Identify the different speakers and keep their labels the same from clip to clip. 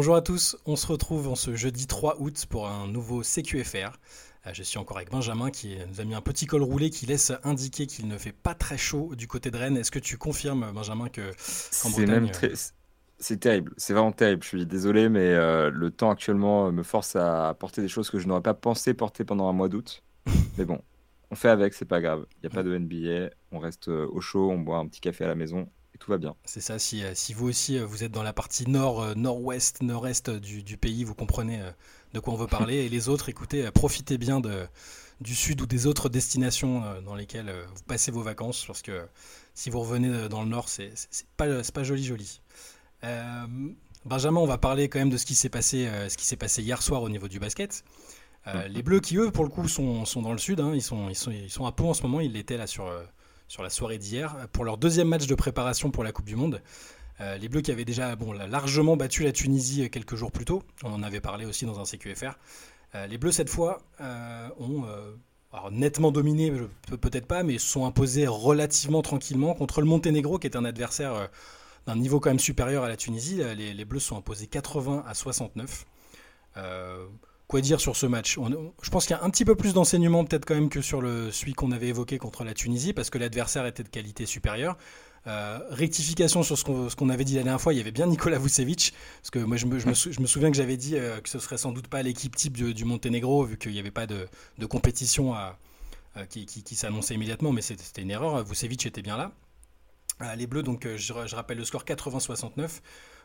Speaker 1: Bonjour à tous, on se retrouve en ce jeudi 3 août pour un nouveau CQFR. Je suis encore avec Benjamin qui nous a mis un petit col roulé qui laisse indiquer qu'il ne fait pas très chaud du côté de Rennes. Est-ce que tu confirmes, Benjamin, qu'en
Speaker 2: C'est même
Speaker 1: Bretagne...
Speaker 2: très... C'est terrible, c'est vraiment terrible. Je suis désolé, mais le temps actuellement me force à porter des choses que je n'aurais pas pensé porter pendant un mois d'août. Mais bon, on fait avec, c'est pas grave. Il n'y a pas de NBA, on reste au chaud, on boit un petit café à la maison et tout va bien.
Speaker 1: C'est ça, si vous aussi vous êtes dans la partie nord, nord-ouest, nord-est du pays, vous comprenez de quoi on veut parler. Et les autres, écoutez, profitez bien du sud ou des autres destinations dans lesquelles vous passez vos vacances, parce que si vous revenez dans le nord, c'est pas joli joli. Euh, Benjamin, on va parler quand même de ce qui s'est passé hier soir au niveau du basket. Les
Speaker 2: Mhm.
Speaker 1: Bleus qui, eux, pour le coup, sont dans le sud, hein, ils sont à Pau en ce moment, ils l'étaient là sur la soirée d'hier, pour leur deuxième match de préparation pour la Coupe du Monde. Les Bleus qui avaient déjà largement battu la Tunisie quelques jours plus tôt, on en avait parlé aussi dans un CQFR. Les Bleus, cette fois, ont alors, nettement dominé, peut-être pas, mais se sont imposés relativement tranquillement contre le Monténégro, qui est un adversaire d'un niveau quand même supérieur à la Tunisie. Les Bleus se sont imposés 80-69. Euh, Quoi dire sur ce match? Je pense qu'il y a un petit peu plus d'enseignement peut-être quand même que sur celui qu'on avait évoqué contre la Tunisie, parce que l'adversaire était de qualité supérieure. Rectification sur ce qu'on avait dit la dernière fois, il y avait bien Nikola Vucevic, parce que moi je me souviens que j'avais dit que ce serait sans doute pas l'équipe type du Monténégro, vu qu'il n'y avait pas de compétition qui s'annonçait immédiatement, mais c'était une erreur. Vucevic était bien là. Les Bleus, donc je rappelle le score 80-69.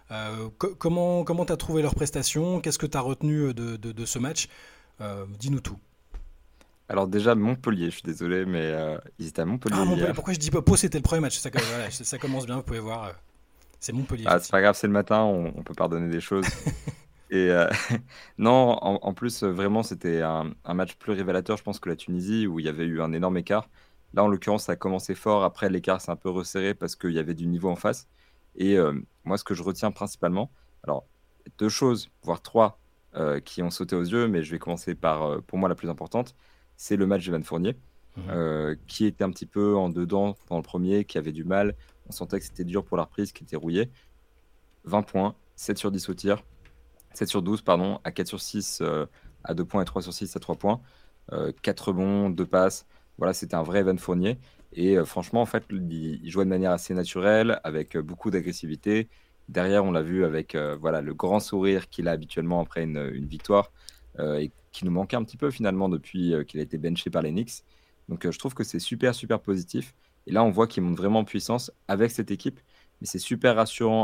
Speaker 1: Comment t'as trouvé leur prestation? Qu'est-ce que t'as retenu de ce match? Dis-nous tout.
Speaker 2: Alors déjà, Montpellier, je suis désolé, mais ils étaient à
Speaker 1: Ah,
Speaker 2: Montpellier
Speaker 1: Montpellier,
Speaker 2: hier.
Speaker 1: pourquoi je dis pas Pau, c'était le premier match. Voilà, ça commence bien, vous pouvez voir. C'est Montpellier,
Speaker 2: Ah, c'est pas
Speaker 1: effectivement.
Speaker 2: grave, c'est le matin, on peut pardonner des choses. Et non, en plus, vraiment, c'était un match plus révélateur, je pense, que la Tunisie, où il y avait eu un énorme écart. Là, en l'occurrence, ça a commencé fort. Après, l'écart s'est un peu resserré parce qu'il y avait du niveau en face. Et moi, ce que je retiens principalement, alors, deux choses, voire trois, qui ont sauté aux yeux, mais je vais commencer par, pour moi, la plus importante, c'est le match d'Evan Fournier,
Speaker 1: Mhm.
Speaker 2: qui était un petit peu en dedans pendant le premier, qui avait du mal. On sentait que c'était dur pour la reprise, qui était rouillé. 20 points, 7 sur 10 au tir. 7 sur 12, pardon, à 4 sur 6 à 2 points et 3 sur 6 à 3 points. 4 rebonds, 2 passes. Voilà, c'était un vrai Evan Fournier. Et franchement, en fait, il jouait de manière assez naturelle, avec beaucoup d'agressivité. Derrière, on l'a vu avec voilà, le grand sourire qu'il a habituellement après une victoire et qui nous manquait un petit peu finalement depuis qu'il a été benché par les Knicks. Donc je trouve que c'est super, super positif. Et là, on voit qu'il monte vraiment en puissance avec cette équipe. Mais c'est super rassurant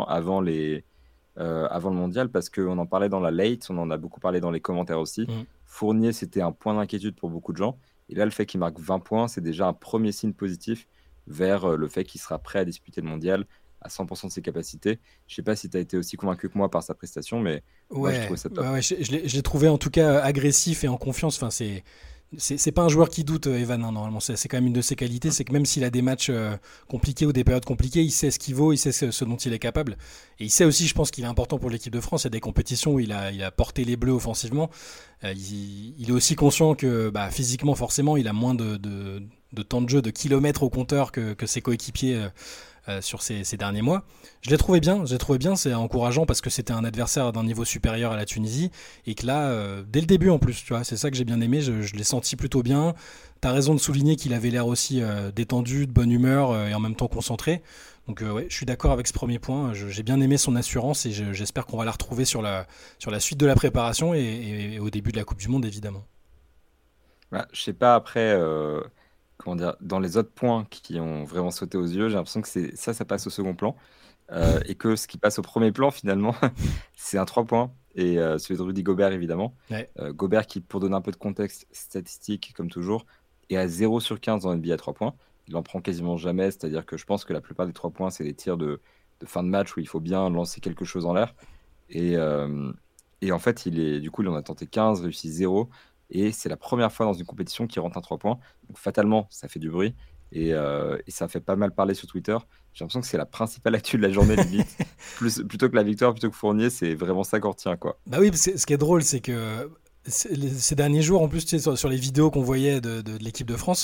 Speaker 2: avant le mondial parce qu'on en parlait dans la late, on en a beaucoup parlé dans les commentaires aussi.
Speaker 1: Mhm.
Speaker 2: Fournier, c'était un point d'inquiétude pour beaucoup de gens. Et là, le fait qu'il marque 20 points, c'est déjà un premier signe positif vers le fait qu'il sera prêt à disputer le mondial à 100% de ses capacités. Je ne sais pas si tu as été aussi convaincu que moi par sa prestation, mais moi, j'ai
Speaker 1: Ouais,
Speaker 2: trouvé ça top.
Speaker 1: ouais, ouais, je l'ai trouvé en tout cas agressif et en confiance. Enfin, c'est pas un joueur qui doute, Evan, hein, normalement. C'est quand même une de ses qualités.
Speaker 2: Mm.
Speaker 1: C'est que même s'il a des matchs compliqués ou des périodes compliquées, il sait ce qu'il vaut, il sait ce dont il est capable. Et il sait aussi, je pense qu'il est important pour l'équipe de France. Il y a des compétitions où il a porté les Bleus offensivement. Il est aussi conscient que physiquement, forcément, il a moins de temps de jeu, de kilomètres au compteur que ses coéquipiers sur ces derniers mois. Je l'ai trouvé bien, c'est encourageant parce que c'était un adversaire d'un niveau supérieur à la Tunisie et que là, dès le début en plus, tu vois, c'est ça que j'ai bien aimé, je l'ai senti plutôt bien. T'as raison de souligner qu'il avait l'air aussi détendu, de bonne humeur et en même temps concentré. Donc ouais, je suis d'accord avec ce premier point. J'ai bien aimé son assurance et j'espère qu'on va la retrouver sur la suite de la préparation et au début de la Coupe du Monde évidemment.
Speaker 2: Bah, je sais pas après, comment dire, dans les autres points qui ont vraiment sauté aux yeux, j'ai l'impression que ça passe au second plan. Et que ce qui passe au premier plan, finalement, c'est un 3 points. Et celui de Rudy Gobert, évidemment.
Speaker 1: Ouais.
Speaker 2: Gobert, qui, pour donner un peu de contexte statistique, comme toujours, est à 0 sur 15 dans NBA à 3 points. Il en prend quasiment jamais. C'est-à-dire que je pense que la plupart des 3 points, c'est des tirs de fin de match où il faut bien lancer quelque chose en l'air. Et, euh, et en fait, du coup, il en a tenté 15, réussi 0. Et c'est la première fois dans une compétition qu'il rentre un 3 points. Donc fatalement, ça fait du bruit. Et ça fait pas mal parler sur Twitter. J'ai l'impression que c'est la principale actu de la journée, limite. Plutôt que la victoire, plutôt que Fournier, c'est vraiment ça qu'on retient, quoi.
Speaker 1: Bah oui, ce qui est drôle, c'est que ces derniers jours, en plus, tu sais, sur les vidéos qu'on voyait de l'équipe de France,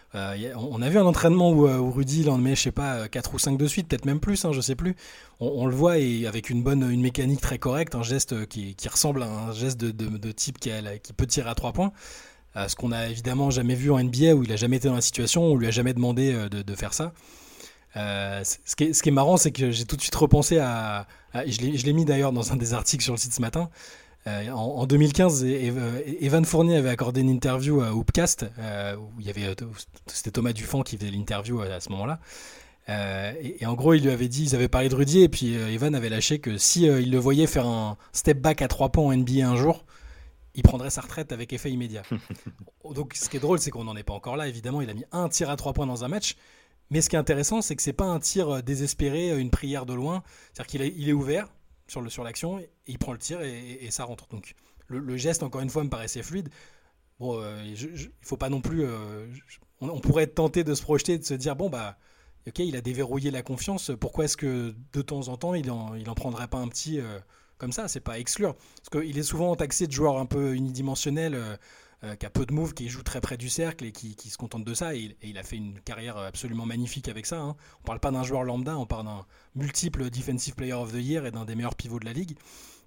Speaker 1: On a vu un entraînement où Rudy il en met, je sais pas, 4 ou 5 de suite, peut-être même plus, hein, je sais plus. On le voit et avec une mécanique très correcte, un geste qui ressemble à un geste de type qui peut tirer à 3 points. Ce qu'on a évidemment jamais vu en NBA où il a jamais été dans la situation, on lui a jamais demandé de faire ça. Ce qui est marrant, c'est que j'ai tout de suite repensé je l'ai mis d'ailleurs dans un des articles sur le site ce matin. En 2015, Evan Fournier avait accordé une interview à Hoopcast, où c'était Thomas Dufant qui faisait l'interview à ce moment-là. Et en gros, il lui avait dit, ils avaient parlé de Rudy, et puis Evan avait lâché que si il le voyait faire un step back à 3 points en NBA un jour, il prendrait sa retraite avec effet immédiat. Donc ce qui est drôle, c'est qu'on n'en est pas encore là, évidemment. Il a mis un tir à 3 points dans un match. Mais ce qui est intéressant, c'est que c'est pas un tir désespéré, une prière de loin. C'est-à-dire qu'il est ouvert sur l'action, et il prend le tir et ça rentre. Donc le geste, encore une fois, me paraissait fluide. Bon, il faut pas non plus. On pourrait être tenté de se projeter, de se dire bon bah, ok, il a déverrouillé la confiance. Pourquoi est-ce que de temps en temps il en prendrait pas un petit comme ça? C'est pas à exclure, parce qu'il est souvent taxé de joueur un peu unidimensionnel. Qui a peu de moves, qui joue très près du cercle et qui se contente de ça. Et il a fait une carrière absolument magnifique avec ça. Hein. On parle pas d'un joueur lambda, on parle d'un multiple Defensive Player of the Year et d'un des meilleurs pivots de la ligue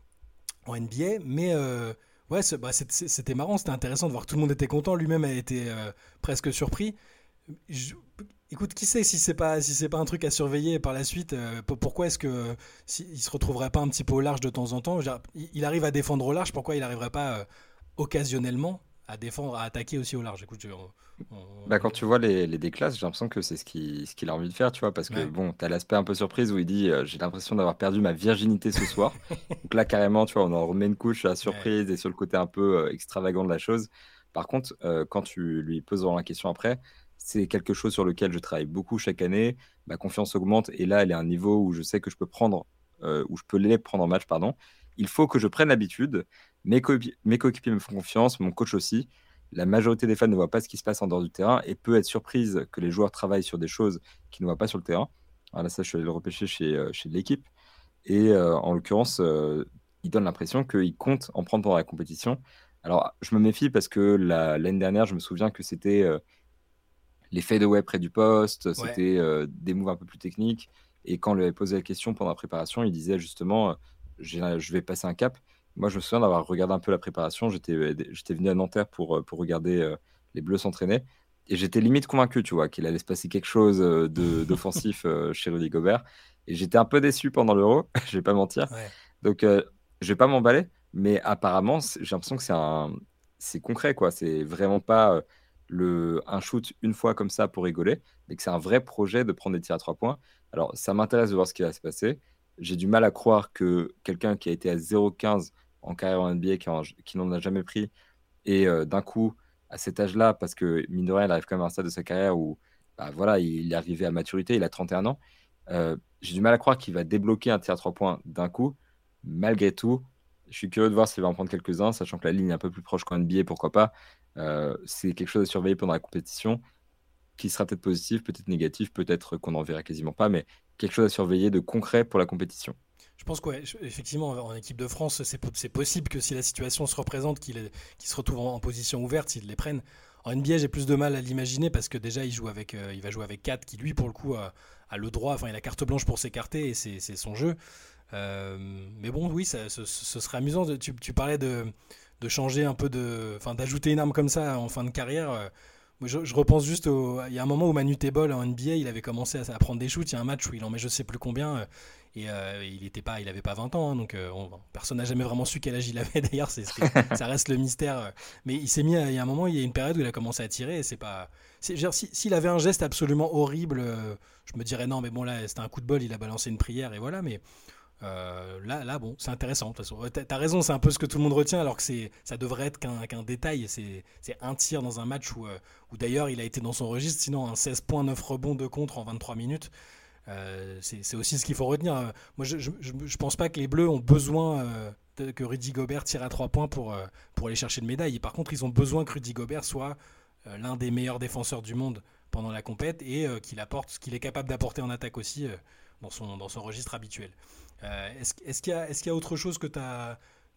Speaker 1: en NBA. Mais ouais, c'était marrant, c'était intéressant de voir que tout le monde était content. Lui-même a été presque surpris. Je- Écoute, qui sait si c'est pas un truc à surveiller par la suite. Pourquoi est-ce que il se retrouverait pas un petit peu au large de temps en temps? Il arrive à défendre au large, pourquoi il arriverait pas occasionnellement à défendre, à attaquer aussi au large? Écoute,
Speaker 2: Bah, quand tu vois les déclasses, j'ai l'impression que c'est ce qu'il a envie de faire, tu vois, parce que
Speaker 1: ouais.
Speaker 2: bon, t'as l'aspect un peu surprise où il dit j'ai l'impression d'avoir perdu ma virginité ce soir. Donc là, carrément, tu vois, on en remet une couche à la
Speaker 1: Ouais.
Speaker 2: surprise et sur le côté un peu extravagant de la chose. Par contre, quand tu lui poses vraiment la question après, c'est quelque chose sur lequel je travaille beaucoup chaque année. Ma confiance augmente et là, elle est à un niveau où je sais que je peux prendre, où je peux les prendre en match, pardon. Il faut que je prenne l'habitude. Mes coéquipiers me font confiance, mon coach aussi. La majorité des fans ne voient pas ce qui se passe en dehors du terrain et peut être surprise que les joueurs travaillent sur des choses qu'ils ne voient pas sur le terrain. Voilà, ça, je suis allé le repêcher chez l'équipe. Et en l'occurrence, il donne l'impression qu'il compte en prendre pendant la compétition. Alors, je me méfie parce que l'année dernière, je me souviens que c'était les fadeaway près du poste,
Speaker 1: Ouais.
Speaker 2: c'était des moves un peu plus techniques. Et quand on lui avait posé la question pendant la préparation, il disait justement je vais passer un cap. Moi, je me souviens d'avoir regardé un peu la préparation. J'étais venu à Nanterre pour regarder les Bleus s'entraîner. Et j'étais limite convaincu, tu vois, qu'il allait se passer quelque chose d'offensif chez Rudy Gobert. Et j'étais un peu déçu pendant l'Euro, je vais pas mentir.
Speaker 1: Ouais.
Speaker 2: Donc, je vais pas m'emballer, mais apparemment, j'ai l'impression que c'est concret, quoi. C'est vraiment pas un shoot une fois comme ça pour rigoler, mais que c'est un vrai projet de prendre des tirs à 3 points. Alors, ça m'intéresse de voir ce qui va se passer. J'ai du mal à croire que quelqu'un qui a été à 0,15 en carrière en NBA, qui n'en a jamais pris, et d'un coup, à cet âge-là, parce que mine de rien, il arrive quand même à un stade de sa carrière où bah, voilà, il est arrivé à maturité, il a 31 ans. J'ai du mal à croire qu'il va débloquer un tir à 3 points d'un coup. Malgré tout, je suis curieux de voir s'il va en prendre quelques-uns, sachant que la ligne est un peu plus proche qu'en NBA, pourquoi pas. C'est quelque chose à surveiller pendant la compétition, qui sera peut-être positif, peut-être négatif, peut-être qu'on n'en verra quasiment pas, mais quelque chose à surveiller de concret pour la compétition.
Speaker 1: Je pense qu'effectivement, en équipe de France, c'est possible que si la situation se représente, qu'il se retrouve en position ouverte, s'ils les prennent. En NBA, j'ai plus de mal à l'imaginer parce que déjà, il va jouer avec 4 qui, lui, pour le coup, a le droit, enfin, il a carte blanche pour s'écarter et c'est son jeu. Mais bon, oui, ce serait amusant. Tu parlais de changer un peu enfin, d'ajouter une arme comme ça en fin de carrière. Moi, je repense juste il y a un moment où Manu Tebol en NBA, il avait commencé à prendre des shoots. Il y a un match où il en met je sais plus combien. Il avait pas 20 ans, hein, donc personne n'a jamais vraiment su quel âge il avait. D'ailleurs, ça reste le mystère. Mais il s'est mis, il y a un moment, il y a une période où il a commencé à tirer. Et c'est pas, genre, s'il avait un geste absolument horrible, je me dirais non, mais bon là, c'était un coup de bol, il a balancé une prière et voilà. Mais là, bon, c'est intéressant. De toute façon, t'as raison, c'est un peu ce que tout le monde retient, alors que ça devrait être qu'un détail. C'est un tir dans un match où d'ailleurs il a été dans son registre. Sinon, un 16 points, 9 rebonds de contre en 23 minutes. C'est aussi ce qu'il faut retenir. Moi, je pense pas que les Bleus ont besoin que Rudy Gobert tire à 3 points pour aller chercher une médaille. Par contre, ils ont besoin que Rudy Gobert soit l'un des meilleurs défenseurs du monde pendant la compète et qu'il apporte ce qu'il est capable d'apporter en attaque aussi dans son registre habituel. Est-ce qu'il y a autre chose que tu as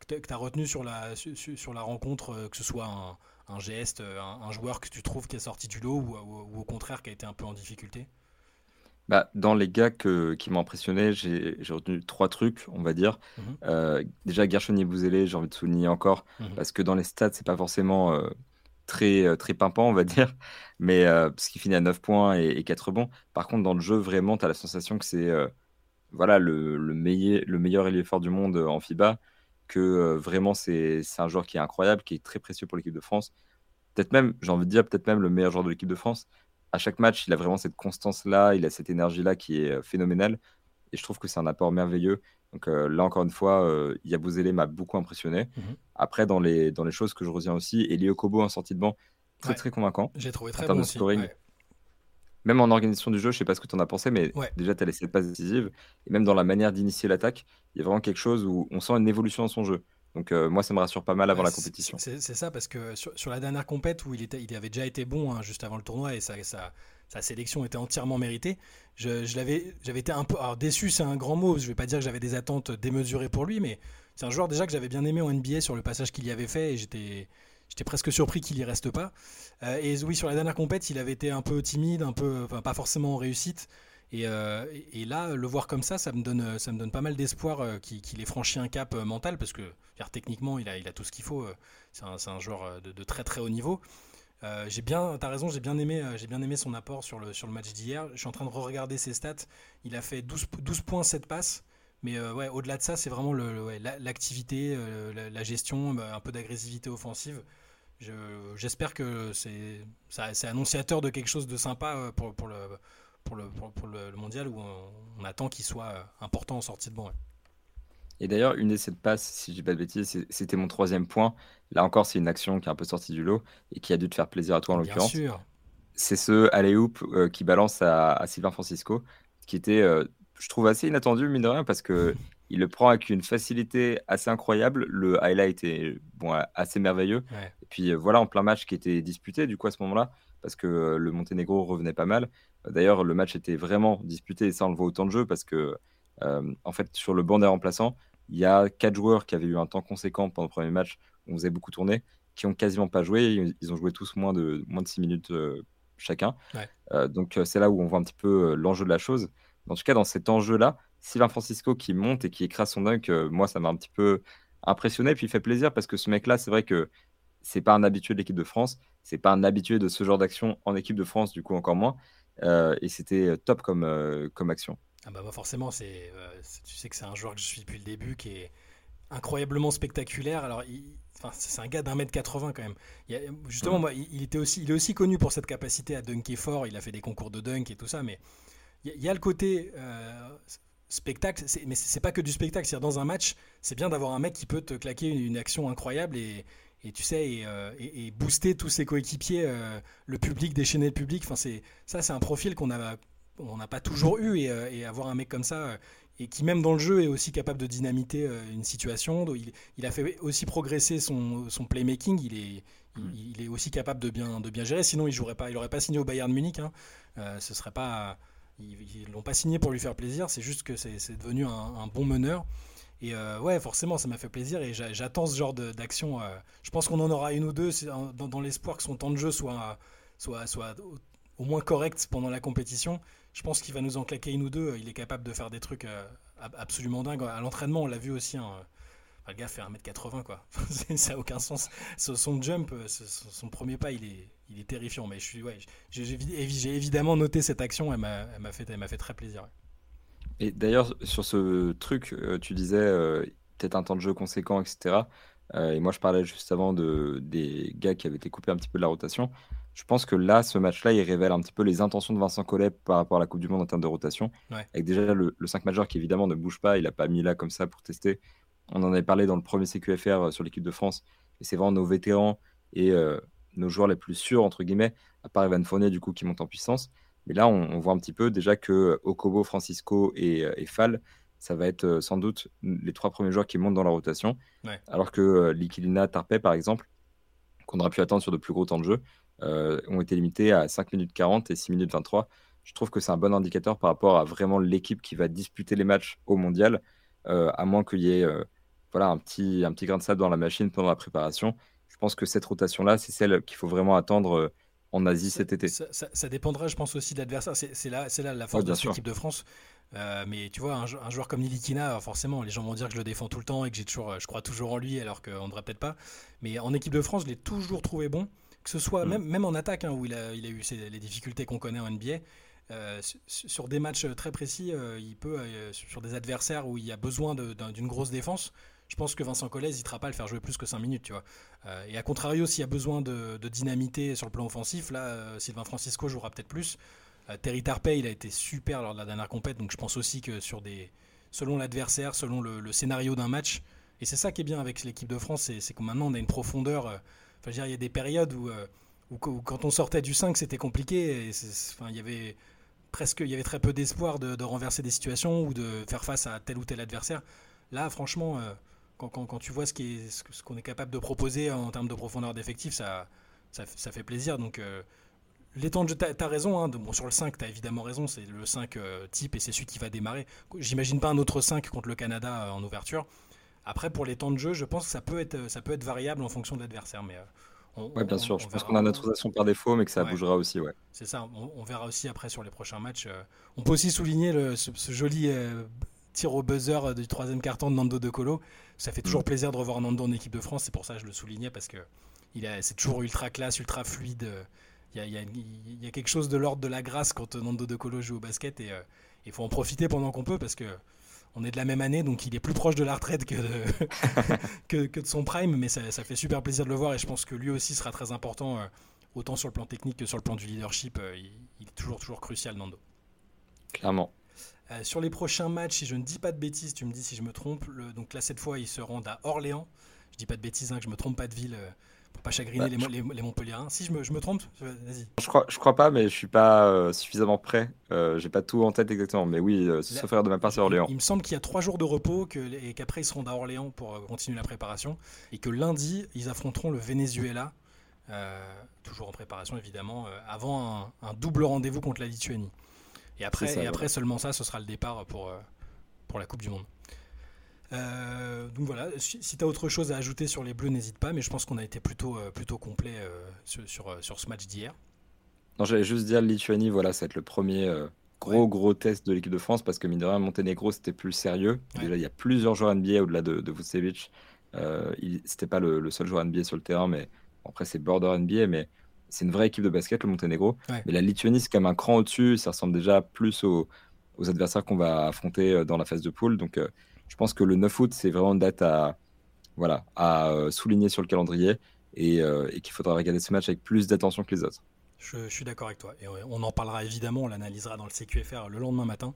Speaker 1: que tu as retenu sur la rencontre, que ce soit un geste, un joueur que tu trouves qui est sorti du lot ou au contraire qui a été un peu en difficulté?
Speaker 2: Bah, dans les gars qui m'ont impressionné, j'ai retenu trois trucs, on va dire.
Speaker 1: Mhm,
Speaker 2: Déjà, Gershon Yabusele, j'ai envie de souligner encore,
Speaker 1: mhm.
Speaker 2: parce que dans les stats, c'est pas forcément très pimpant, on va dire, mais parce qu'il finit à 9 points et 4 rebonds. Par contre, dans le jeu, vraiment, tu as la sensation que c'est voilà, le meilleur ailier fort du monde en FIBA, que vraiment, c'est un joueur qui est incroyable, qui est très précieux pour l'équipe de France. Peut-être même, j'ai envie de dire, peut-être même le meilleur joueur de l'équipe de France. À chaque match, il a vraiment cette constance-là, il a cette énergie-là qui est phénoménale. Et je trouve que c'est un apport merveilleux. Donc là, encore une fois, Yabusele m'a beaucoup impressionné.
Speaker 1: Mhm.
Speaker 2: Après, dans les choses que je retiens aussi, Eli Okobo en sortie de banc, très
Speaker 1: Ouais,
Speaker 2: très convaincant
Speaker 1: j'ai trouvé
Speaker 2: en
Speaker 1: très
Speaker 2: termes
Speaker 1: bon
Speaker 2: de
Speaker 1: aussi.
Speaker 2: scoring.
Speaker 1: Ouais,
Speaker 2: Même en organisation du jeu, je sais pas ce que tu en as pensé, mais
Speaker 1: ouais.
Speaker 2: déjà, tu as les 7 passes décisives. Et même dans la manière d'initier l'attaque, il y a vraiment quelque chose où on sent une évolution dans son jeu. Donc moi, ça me rassure pas mal avant
Speaker 1: Bah,
Speaker 2: la compétition.
Speaker 1: c'est ça, parce que sur la dernière compète où il avait déjà été bon, hein, juste avant le tournoi, et sa sélection était entièrement méritée, j'avais été un peu, alors déçu, c'est un grand mot, je vais pas dire que j'avais des attentes démesurées pour lui, mais c'est un joueur déjà que j'avais bien aimé en NBA sur le passage qu'il y avait fait, et j'étais presque surpris qu'il y reste pas. Et oui, sur la dernière compète, il avait été un peu timide, un peu, enfin, pas forcément en réussite. Et là, le voir comme ça me donne pas mal d'espoir qu'il ait franchi un cap mental parce que techniquement, il a tout ce qu'il faut. C'est un joueur de très très haut niveau. T'as raison, j'ai bien aimé son apport sur le match d'hier. Je suis en train de re-regarder ses stats. Il a fait 12 points, 7 passes. Mais ouais, au-delà de ça, c'est vraiment ouais, l'activité, la gestion, un peu d'agressivité offensive. J'espère que c'est annonciateur de quelque chose de sympa pour le mondial où on attend qu'il soit important en sortie de banc. Ouais.
Speaker 2: Et d'ailleurs, une des 7 passes, si je dis pas de bêtises, c'était mon troisième point. Là encore, c'est une action qui est un peu sortie du lot et qui a dû te faire plaisir à toi en
Speaker 1: Bien
Speaker 2: l'occurrence.
Speaker 1: sûr.
Speaker 2: C'est ce alley-oop qui balance à Sylvain Francisco, qui était, je trouve, assez inattendu, mine de rien, parce que il le prend avec une facilité assez incroyable. Le highlight est bon, assez merveilleux.
Speaker 1: Ouais.
Speaker 2: Et puis voilà, en plein match qui était disputé, du coup, à ce moment-là, parce que le Monténégro revenait pas mal. D'ailleurs, le match était vraiment disputé, et ça, on le voit au temps de jeu, parce que, en fait, sur le banc des remplaçants, il y a 4 joueurs qui avaient eu un temps conséquent pendant le premier match, où on faisait beaucoup tourner, qui ont quasiment pas joué. Ils ont joué tous moins de 6 minutes chacun.
Speaker 1: Ouais.
Speaker 2: Donc c'est là où on voit un petit peu l'enjeu de la chose. En tout cas, dans cet enjeu-là, Sylvain Francisco qui monte et qui écrase son dunk, moi, ça m'a un petit peu impressionné. Puis il fait plaisir parce que ce mec-là, c'est vrai que c'est pas un habitué de l'équipe de France. C'est pas un habitué de ce genre d'action en équipe de France, du coup, encore moins. Et c'était top comme action.
Speaker 1: Ah bah, forcément, tu sais que c'est un joueur que je suis depuis le début qui est incroyablement spectaculaire. Alors, enfin, c'est un gars d'1,80 m quand même. Justement,
Speaker 2: Mm.
Speaker 1: moi, il est aussi connu pour cette capacité à dunker fort. Il a fait des concours de dunk et tout ça, mais il y a le côté spectacle, mais c'est pas que du spectacle. C'est-à-dire, dans un match, c'est bien d'avoir un mec qui peut te claquer une action incroyable et tu sais, et booster tous ses coéquipiers, le public, déchaîner le public. Enfin, c'est un profil on n'a pas toujours eu et avoir un mec comme ça et qui même dans le jeu est aussi capable de dynamiter une situation. Donc, il a fait aussi progresser son playmaking.
Speaker 2: Mm.
Speaker 1: Il est aussi capable de bien gérer. Sinon, il aurait pas signé au Bayern Munich. Hein. Ce serait pas, ils l'ont pas signé pour lui faire plaisir. C'est juste que c'est devenu un bon meneur. Et ouais, forcément, ça m'a fait plaisir et j'attends ce genre d'action. Je pense qu'on en aura une ou deux dans l'espoir que son temps de jeu soit au moins correct pendant la compétition. Je pense qu'il va nous en claquer une ou deux. Il est capable de faire des trucs absolument dingues. À l'entraînement, on l'a vu aussi. Hein. Enfin, le gars fait 1,80 m quoi. Ça n'a aucun sens. Son jump, son premier pas, il est terrifiant. Mais ouais, j'ai évidemment noté cette action. Elle m'a fait très plaisir. Ouais.
Speaker 2: Et d'ailleurs, sur ce truc, tu disais peut-être un temps de jeu conséquent, etc. Et moi, je parlais juste avant des gars qui avaient été coupés un petit peu de la rotation. Je pense que là, ce match-là, il révèle un petit peu les intentions de Vincent Collet par rapport à la Coupe du Monde en termes de rotation.
Speaker 1: Ouais.
Speaker 2: Avec déjà le 5 majeur qui, évidemment, ne bouge pas. Il n'a pas mis là comme ça pour tester. On en avait parlé dans le premier CQFR sur l'équipe de France. Et c'est vraiment nos vétérans et nos joueurs les plus sûrs, entre guillemets, à part Evan Fournier, du coup, qui montent en puissance. Mais là, on voit un petit peu déjà que Okobo, Francisco et Fall, ça va être sans doute les 3 premiers joueurs qui montent dans la rotation.
Speaker 1: Ouais.
Speaker 2: Alors que Likilina, Tarpey, par exemple, qu'on aurait pu attendre sur de plus gros temps de jeu, ont été limités à 5 minutes 40 et 6 minutes 23. Je trouve que c'est un bon indicateur par rapport à vraiment l'équipe qui va disputer les matchs au mondial, à moins qu'il y ait voilà, un petit grain de sable dans la machine pendant la préparation. Je pense que cette rotation-là, c'est celle qu'il faut vraiment attendre en Asie cet été.
Speaker 1: Ça dépendra, je pense, aussi de l'adversaire. C'est là la
Speaker 2: Oui,
Speaker 1: force de
Speaker 2: bien
Speaker 1: cette
Speaker 2: sûr.
Speaker 1: équipe de France. Mais tu vois, un joueur comme Nilikina, forcément, les gens vont dire que je le défends tout le temps et que je crois toujours en lui, alors qu'on ne devrait peut-être pas. Mais en équipe de France, je l'ai toujours trouvé bon. Que ce soit
Speaker 2: Mm.
Speaker 1: même en attaque, où il a eu les difficultés qu'on connaît en NBA. Sur des matchs très précis, il peut, sur des adversaires où il y a besoin d'une grosse défense, je pense que Vincent Collet n'hésitera pas à le faire jouer plus que 5 minutes, tu vois. Et à contrario, s'il y a besoin de dynamité sur le plan offensif, là, Sylvain Francisco jouera peut-être plus. Terry Tarpey, il a été super lors de la dernière compète, donc je pense aussi que selon l'adversaire, selon le scénario d'un match, et c'est ça qui est bien avec l'équipe de France, c'est que maintenant on a une profondeur. Enfin, je veux dire, il y a des périodes où quand on sortait du 5, c'était compliqué. Enfin, il y avait très peu d'espoir de renverser des situations ou de faire face à tel ou tel adversaire. Là, franchement, quand tu vois ce qu'on est capable de proposer en termes de profondeur d'effectif, ça fait plaisir. Donc, les temps de jeu, t'as raison. Hein, bon, sur le 5, t'as évidemment raison. C'est le 5 type et c'est celui qui va démarrer. J'imagine pas un autre 5 contre le Canada en ouverture. Après, pour les temps de jeu, je pense que ça peut être variable en fonction de l'adversaire. Mais
Speaker 2: Ouais, bien sûr.
Speaker 1: on
Speaker 2: Je pense qu'on
Speaker 1: verra.
Speaker 2: a notre rotation par défaut, mais que ça
Speaker 1: Ouais,
Speaker 2: bougera aussi, ouais.
Speaker 1: c'est ça. On verra aussi après sur les prochains matchs. On peut aussi souligner ce joli tir au buzzer du troisième carton de Nando De Colo. Ça fait
Speaker 2: Mm.
Speaker 1: toujours plaisir de revoir Nando en équipe de France. C'est pour ça que je le soulignais parce que c'est toujours ultra classe, ultra fluide. Il y a quelque chose de l'ordre de la grâce quand Nando De Colo joue au basket et il faut en profiter pendant qu'on peut parce que on est de la même année, donc il est plus proche de la retraite que de son prime, mais ça fait super plaisir de le voir et je pense que lui aussi sera très important, autant sur le plan technique que sur le plan du leadership. Il est toujours crucial, Nando.
Speaker 2: Clairement.
Speaker 1: Sur les prochains matchs, si je ne dis pas de bêtises, tu me dis si je me trompe, donc là cette fois ils se rendent à Orléans. Je dis pas de bêtises, que je me trompe pas de ville pour pas chagriner
Speaker 2: Bah,
Speaker 1: les Montpelliérains. Si je me trompe, vas-y.
Speaker 2: je crois pas, mais je suis pas suffisamment prêt. J'ai pas tout en tête exactement, mais oui,
Speaker 1: Là,
Speaker 2: sauf erreur de ma part, c'est Orléans.
Speaker 1: il me semble qu'il y a 3 jours de repos et qu'après ils se rendent à Orléans pour continuer la préparation et que lundi ils affronteront le Venezuela, toujours en préparation évidemment, avant un double rendez-vous contre la Lituanie.
Speaker 2: C'est ça,
Speaker 1: Et
Speaker 2: voilà.
Speaker 1: après seulement ça, ce sera le départ pour la Coupe du Monde. Donc voilà, si tu as autre chose à ajouter sur les Bleus, n'hésite pas, mais je pense qu'on a été plutôt complet sur ce match d'hier.
Speaker 2: Non, j'allais juste dire Lituanie, voilà, ça va être le premier
Speaker 1: Ouais,
Speaker 2: gros test de l'équipe de France parce que mine de rien, Monténégro, c'était plus sérieux.
Speaker 1: ouais,
Speaker 2: Déjà, il y a plusieurs joueurs NBA au-delà de Vucevic. C'était pas le seul joueur NBA sur le terrain, mais bon, après, c'est border NBA, mais c'est une vraie équipe de basket, le Monténégro.
Speaker 1: ouais.
Speaker 2: Mais la Lituanie, c'est quand même un cran au-dessus. Ça ressemble déjà plus aux adversaires qu'on va affronter dans la phase de poule. Donc, je pense que le 9 août, c'est vraiment une date voilà, à souligner sur le calendrier et qu'il faudra regarder ce match avec plus d'attention que les autres.
Speaker 1: Je suis d'accord avec toi. Et on en parlera évidemment, on l'analysera dans le CQFR le lendemain matin,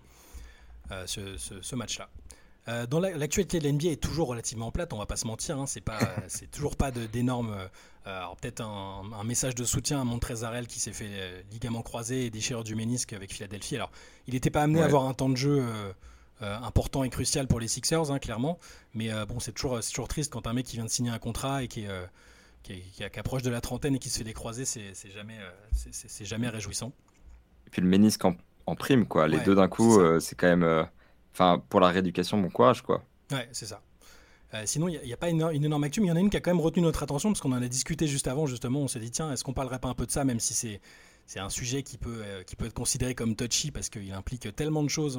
Speaker 1: ce match-là. Dans l'actualité de l'NBA est toujours relativement plate, on va pas se mentir. Hein, c'est toujours pas d'énormes. Alors peut-être un message de soutien à Montrezarel qui s'est fait ligament croisé et déchirure du ménisque avec Philadelphie. Alors il n'était pas amené à
Speaker 2: Ouais.
Speaker 1: avoir un temps de jeu important et crucial pour les Sixers, hein, clairement. Mais bon, c'est toujours triste quand un mec qui vient de signer un contrat et qui approche de la trentaine et qui se fait décroiser, c'est jamais réjouissant.
Speaker 2: Et puis le ménisque en prime, quoi. Les
Speaker 1: Ouais,
Speaker 2: deux d'un
Speaker 1: c'est
Speaker 2: coup,
Speaker 1: ça.
Speaker 2: c'est quand même. Enfin, pour la rééducation, bon courage, quoi.
Speaker 1: Ouais, c'est ça. Sinon, il n'y a pas une énorme actu, mais il y en a une qui a quand même retenu notre attention, parce qu'on en a discuté juste avant, justement. On s'est dit, tiens, est-ce qu'on parlerait pas un peu de ça, même si c'est un sujet qui peut être considéré comme touchy, parce qu'il implique tellement de choses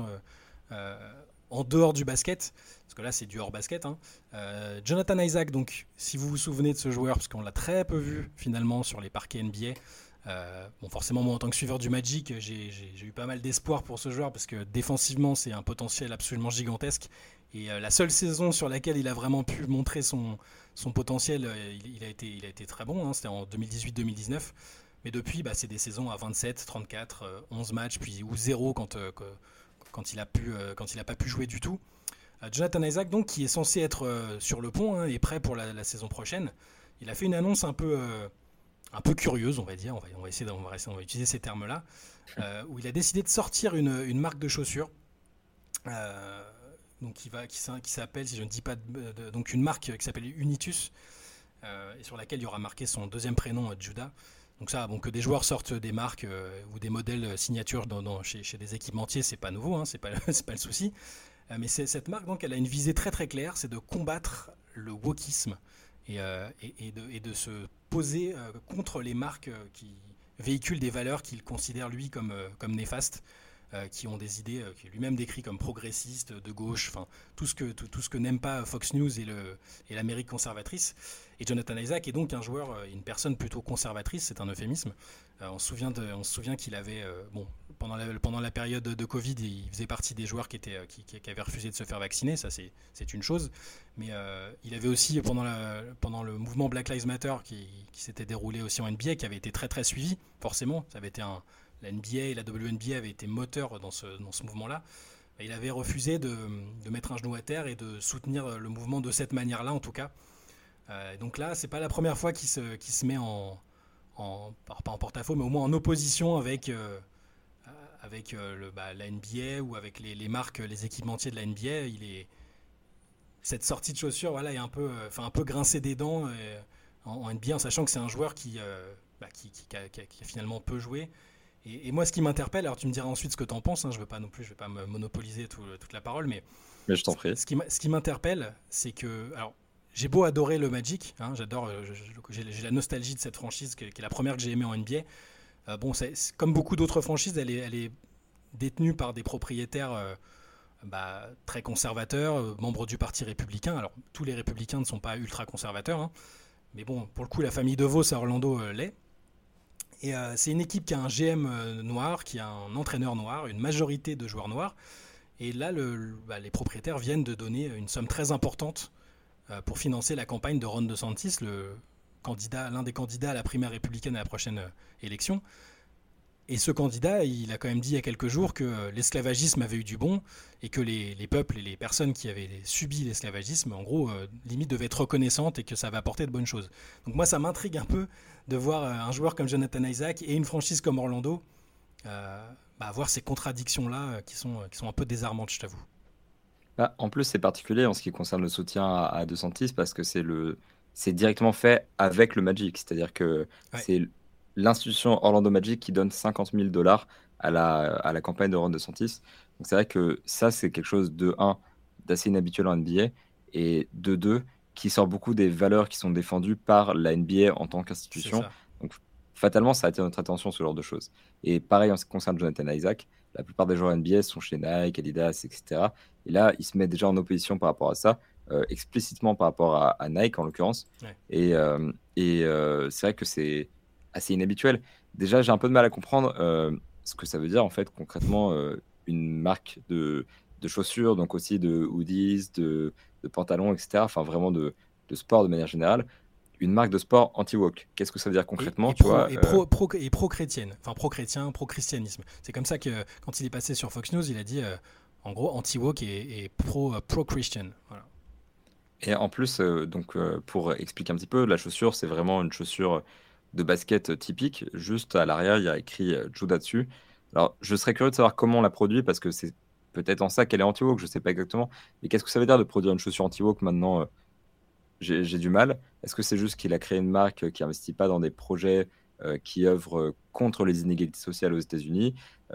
Speaker 1: en dehors du basket, parce que là, c'est du hors basket. Hein. Jonathan Isaac, donc, si vous vous souvenez de ce joueur, parce qu'on l'a très peu vu, finalement, sur les parquets NBA. Bon, forcément, moi, en tant que suiveur du Magic, j'ai eu pas mal d'espoir pour ce joueur, parce que défensivement, c'est un potentiel absolument gigantesque. Et la seule saison sur laquelle il a vraiment pu montrer son potentiel, il a été très bon, hein, c'était en 2018-2019. Mais depuis, bah, c'est des saisons à 27, 34, 11 matchs, puis ou 0 quand il a pas pu jouer du tout. Jonathan Isaac, donc, qui est censé être sur le pont, hein, et prêt pour la saison prochaine, il a fait une annonce un peu curieuse, on va dire, on va utiliser ces termes-là, où il a décidé de sortir une marque de chaussures. Euh, donc qui s'appelle, si je ne dis pas donc une marque qui s'appelle Unitus, et sur laquelle il y aura marqué son deuxième prénom, Judah. Donc ça, bon, que des joueurs sortent des marques ou des modèles signatures chez des équipementiers, c'est pas nouveau, hein, c'est pas, c'est pas le souci. Mais cette marque, donc, elle a une visée très très claire, c'est de combattre le wokisme et de se poser contre les marques qui véhiculent des valeurs qu'il considère lui comme néfastes, qui ont des idées qu'il lui-même décrit comme progressistes, de gauche, enfin tout ce que n'aime pas Fox News et l'Amérique conservatrice. Et Jonathan Isaac est donc un joueur, une personne plutôt conservatrice, c'est un euphémisme. On se souvient qu'il avait, pendant la période de Covid, il faisait partie des joueurs qui avaient refusé de se faire vacciner, ça c'est une chose. Mais il avait aussi, pendant le mouvement Black Lives Matter qui s'était déroulé aussi en NBA, qui avait été très très suivi, forcément, ça avait été la NBA et la WNBA avaient été moteurs dans ce mouvement-là. Il avait refusé de mettre un genou à terre et de soutenir le mouvement de cette manière-là, en tout cas. Donc là, c'est pas la première fois qu'il se met pas en porte-à-faux, mais au moins en opposition avec la NBA ou avec les marques, les équipementiers de la NBA. Cette sortie de chaussures, voilà, est un peu grincé des dents en NBA, en sachant que c'est un joueur qui a finalement peu joué. Et moi, ce qui m'interpelle, alors tu me diras ensuite ce que tu en penses, hein, je vais pas me monopoliser toute la parole, mais
Speaker 2: Mais je t'en prie.
Speaker 1: ce qui m'interpelle, c'est que, alors, j'ai beau adorer le Magic, hein, j'adore, j'ai la nostalgie de cette franchise qui est la première que j'ai aimée en NBA. Bon, comme beaucoup d'autres franchises, elle est détenue par des propriétaires très conservateurs, membres du Parti républicain. Alors, tous les républicains ne sont pas ultra conservateurs, hein, mais bon, pour le coup, la famille DeVos à Orlando l'est. Et c'est une équipe qui a un GM noir, qui a un entraîneur noir, une majorité de joueurs noirs. Et là, les propriétaires viennent de donner une somme très importante pour financer la campagne de Ron DeSantis, l'un des candidats à la primaire républicaine à la prochaine élection. Et ce candidat, il a quand même dit il y a quelques jours que l'esclavagisme avait eu du bon et que les peuples et les personnes qui avaient subi l'esclavagisme, en gros, limite devaient être reconnaissantes et que ça va apporter de bonnes choses. Donc moi, ça m'intrigue un peu de voir un joueur comme Jonathan Isaac et une franchise comme Orlando avoir ces contradictions-là qui sont un peu désarmantes, je t'avoue.
Speaker 2: Bah, en plus, c'est particulier en ce qui concerne le soutien à DeSantis parce que c'est directement fait avec le Magic. C'est-à-dire que
Speaker 1: Ouais,
Speaker 2: c'est l'institution Orlando Magic qui donne 50 000 $ à la campagne de Ron DeSantis. Donc c'est vrai que ça, c'est quelque chose de un, d'assez inhabituel en NBA et de deux, qui sort beaucoup des valeurs qui sont défendues par la NBA en tant
Speaker 1: c'est
Speaker 2: qu'institution.
Speaker 1: ça.
Speaker 2: Donc fatalement, ça attire notre attention, ce genre de choses. Et pareil en ce qui concerne Jonathan Isaac, la plupart des joueurs NBA sont chez Nike, Adidas, etc. Et là, il se met déjà en opposition par rapport à ça, explicitement par rapport à Nike en l'occurrence.
Speaker 1: Ouais.
Speaker 2: Et c'est vrai que c'est assez inhabituel. Déjà, j'ai un peu de mal à comprendre ce que ça veut dire en fait concrètement une marque de chaussures, donc aussi de hoodies, de pantalons, etc. Enfin, vraiment de sport de manière générale. Une marque de sport anti-woke. Qu'est-ce que ça veut dire concrètement, tu vois
Speaker 1: Pro-chrétienne, enfin pro-chrétien, pro-christianisme. C'est comme ça que quand il est passé sur Fox News, il a dit en gros anti-woke et pro-christian. Voilà.
Speaker 2: Et en plus, pour expliquer un petit peu, la chaussure, c'est vraiment une chaussure de basket typique. Juste à l'arrière, il y a écrit Juda dessus. Alors, je serais curieux de savoir comment on la produit parce que c'est peut-être en ça qu'elle est anti-woke, je ne sais pas exactement. Mais qu'est-ce que ça veut dire de produire une chaussure anti-woke maintenant j'ai du mal. Est-ce que c'est juste qu'il a créé une marque qui n'investit pas dans des projets qui œuvrent contre les inégalités sociales aux États-Unis?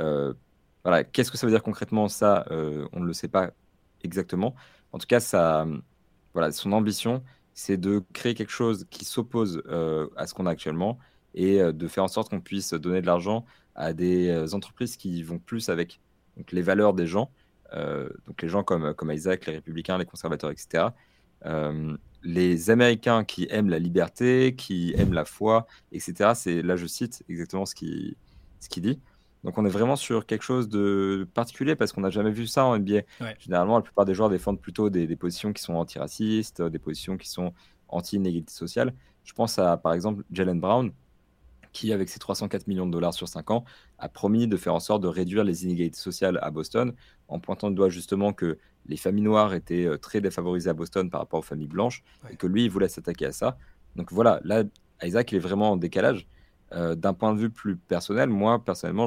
Speaker 2: Voilà, qu'est-ce que ça veut dire concrètement ça on ne le sait pas exactement. En tout cas, voilà, son ambition, c'est de créer quelque chose qui s'oppose à ce qu'on a actuellement et de faire en sorte qu'on puisse donner de l'argent à des entreprises qui vont plus avec donc, les valeurs des gens, donc les gens comme Isaac, les républicains, les conservateurs, etc. Euh, les Américains qui aiment la liberté, qui aiment la foi, etc. C'est là, je cite exactement ce qu'il dit. Donc, on est vraiment sur quelque chose de particulier parce qu'on n'a jamais vu ça en NBA.
Speaker 1: Ouais.
Speaker 2: Généralement, la plupart des joueurs défendent plutôt des positions qui sont antiracistes, des positions qui sont anti-inégalité sociale. Je pense à, par exemple, Jaylen Brown, qui, avec ses 304 millions de dollars sur 5 ans, a promis de faire en sorte de réduire les inégalités sociales à Boston, en pointant du doigt justement que les familles noires étaient très défavorisées à Boston par rapport aux familles blanches, et
Speaker 1: Ouais.
Speaker 2: que lui, il voulait s'attaquer à ça. Donc voilà, là, Isaac, il est vraiment en décalage. D'un point de vue plus personnel, moi, personnellement,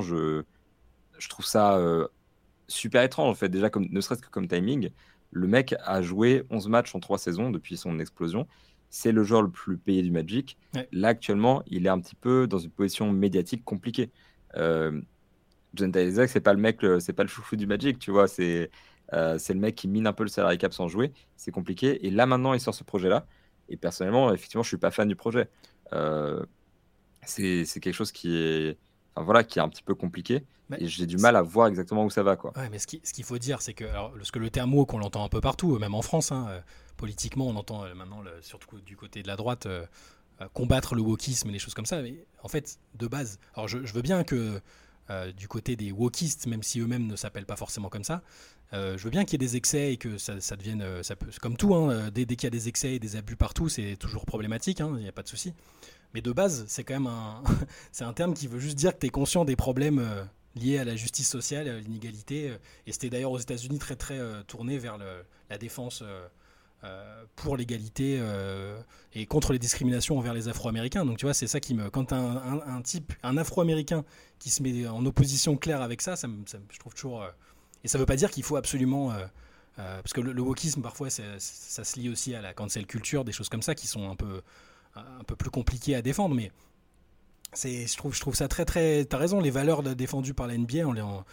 Speaker 2: je trouve ça super étrange, en fait, déjà, ne serait-ce que comme timing. Le mec a joué 11 matchs en 3 saisons depuis son explosion. C'est le joueur le plus payé du Magic.
Speaker 1: Ouais.
Speaker 2: Là, actuellement, il est un petit peu dans une position médiatique compliquée. Jonathan Isaac, c'est pas le mec, c'est pas le chouchou du Magic, tu vois. C'est le mec qui mine un peu le salary cap sans jouer. C'est compliqué. Et là, maintenant, il sort ce projet-là. Et personnellement, effectivement, je suis pas fan du projet. Euh, c'est quelque chose qui est, enfin, voilà, qui est un petit peu compliqué.
Speaker 1: Mais
Speaker 2: Et j'ai du
Speaker 1: c'est-
Speaker 2: mal à voir exactement où ça va, quoi.
Speaker 1: ouais, mais ce qu'il faut dire, c'est que, alors, parce que le terme woke, on l'entend un peu partout, même en France, hein, politiquement, on entend maintenant, surtout du côté de la droite, combattre le wokisme et les choses comme ça. Mais en fait, de base, alors je veux bien que du côté des wokistes, même si eux-mêmes ne s'appellent pas forcément comme ça, je veux bien qu'il y ait des excès et que ça devienne, comme tout, hein, dès qu'il y a des excès et des abus partout, c'est toujours problématique, hein, il n'y a pas de souci. Mais de base, c'est quand même c'est un terme qui veut juste dire que tu es conscient des problèmes liés à la justice sociale, à l'inégalité. Et c'était d'ailleurs aux États-Unis très très tourné vers la défense pour l'égalité et contre les discriminations envers les Afro-Américains. Donc tu vois, c'est ça qui me... Quand un type, un Afro-Américain qui se met en opposition claire avec ça, je trouve toujours... et ça veut pas dire qu'il faut absolument... parce que le wokisme, parfois, ça se lie aussi à la cancel culture, des choses comme ça qui sont un peu plus compliquées à défendre. Mais je trouve ça très, très... T'as raison, les valeurs défendues par la NBA,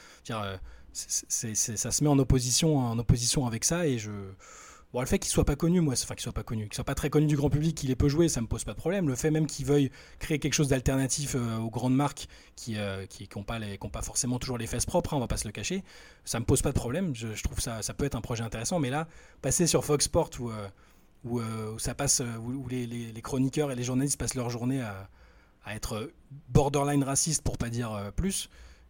Speaker 1: ça se met en opposition avec ça. Et bon, le fait qu'il soit pas connu, moi, enfin qu'il soit pas connu, qu'il soit pas très connu du grand public, qu'il ait peu joué, ça me pose pas de problème. Le fait même qu'il veuille créer quelque chose d'alternatif aux grandes marques qui n'ont pas forcément toujours les fesses propres, hein, on va pas se le cacher, ça me pose pas de problème. Je trouve ça peut être un projet intéressant. Mais là, passer sur Fox Sports où ça passe, où les chroniqueurs et les journalistes passent leur journée à être borderline raciste pour pas dire plus.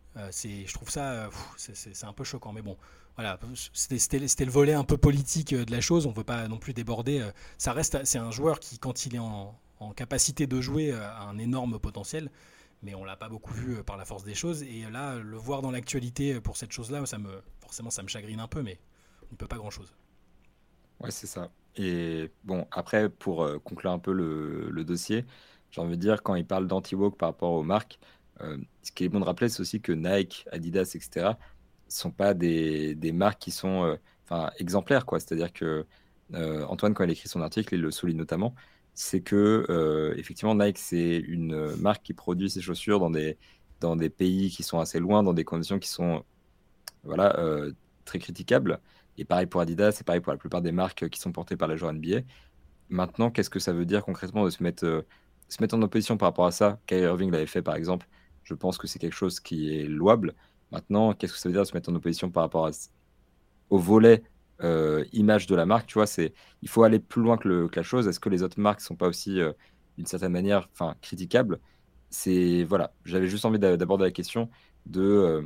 Speaker 1: Je trouve ça, c'est un peu choquant. Mais bon, voilà, c'était le volet un peu politique de la chose. On ne veut pas non plus déborder. C'est un joueur qui, quand il est en capacité de jouer, a un énorme potentiel. Mais on l'a pas beaucoup vu par la force des choses. Et là, le voir dans l'actualité pour cette chose-là, forcément, ça me chagrine un peu, mais il ne peut pas grand-chose.
Speaker 2: Ouais, c'est ça. Et bon, après, pour conclure un peu le dossier, j'ai envie de dire, quand il parle d'anti-woke par rapport aux marques, ce qui est bon de rappeler, c'est aussi que Nike, Adidas, etc., sont pas des marques qui sont enfin, exemplaires, quoi. C'est-à-dire que Antoine, quand il écrit son article, il le souligne notamment, c'est que effectivement, Nike, c'est une marque qui produit ses chaussures dans des pays qui sont assez loin, dans des conditions qui sont voilà, très critiquables. Et pareil pour Adidas, et pareil pour la plupart des marques qui sont portées par les joueurs NBA. Maintenant, qu'est-ce que ça veut dire concrètement de se mettre en opposition par rapport à ça? Kyrie Irving l'avait fait, par exemple. Je pense que c'est quelque chose qui est louable. Maintenant, qu'est-ce que ça veut dire de se mettre en opposition par rapport au volet image de la marque? Tu vois, il faut aller plus loin que la chose. Est-ce que les autres marques ne sont pas aussi, d'une certaine manière, enfin, critiquables? Voilà, j'avais juste envie d'aborder la question de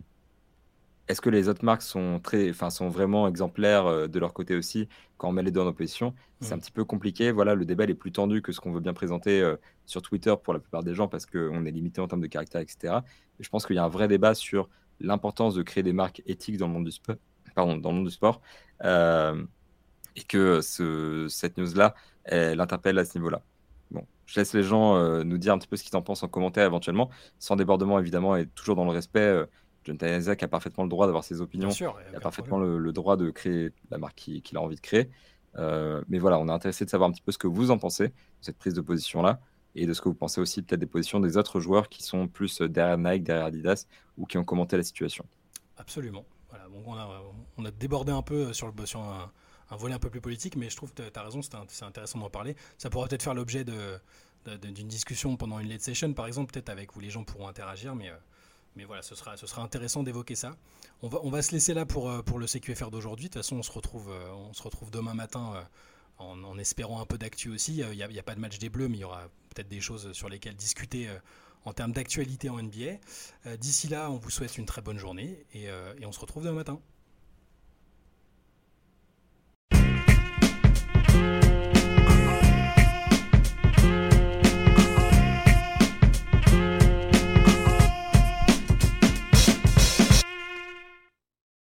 Speaker 2: est-ce que les autres marques sont vraiment exemplaires de leur côté aussi quand on met les deux en opposition? C'est un
Speaker 1: Mm.
Speaker 2: petit peu compliqué. Voilà, le débat il est plus tendu que ce qu'on veut bien présenter sur Twitter pour la plupart des gens parce qu'on est limité en termes de caractère, etc. Et je pense qu'il y a un vrai débat sur l'importance de créer des marques éthiques dans le monde du sport, pardon, dans le monde du sport, euh, et que cette news-là, elle interpelle à ce niveau-là. Bon, je laisse les gens nous dire un petit peu ce qu'ils en pensent en commentaire éventuellement, sans débordement évidemment et toujours dans le respect. Jonathan Isaac a parfaitement le droit d'avoir ses
Speaker 1: Bien
Speaker 2: opinions,
Speaker 1: sûr, il n'y a
Speaker 2: il a
Speaker 1: aucun
Speaker 2: parfaitement
Speaker 1: problème.
Speaker 2: le droit de créer la marque qu'il a envie de créer. Mais voilà, on est intéressé de savoir un petit peu ce que vous en pensez de cette prise de position-là et de ce que vous pensez aussi peut-être des positions des autres joueurs qui sont plus derrière Nike, derrière Adidas ou qui ont commenté la situation.
Speaker 1: Absolument. Voilà, donc on a débordé un peu sur un volet un peu plus politique, mais je trouve que tu as raison, c'est intéressant d'en parler. Ça pourra peut-être faire l'objet d'une discussion pendant une late session, par exemple, peut-être avec où les gens pourront interagir, mais voilà, ce sera intéressant d'évoquer ça. On va se laisser là pour le CQFR d'aujourd'hui. De toute façon, on se retrouve demain matin en espérant un peu d'actu aussi. Il n'y a pas de match des Bleus, mais il y aura peut-être des choses sur lesquelles discuter en termes d'actualité en NBA. D'ici là, on vous souhaite une très bonne journée et on se retrouve demain matin.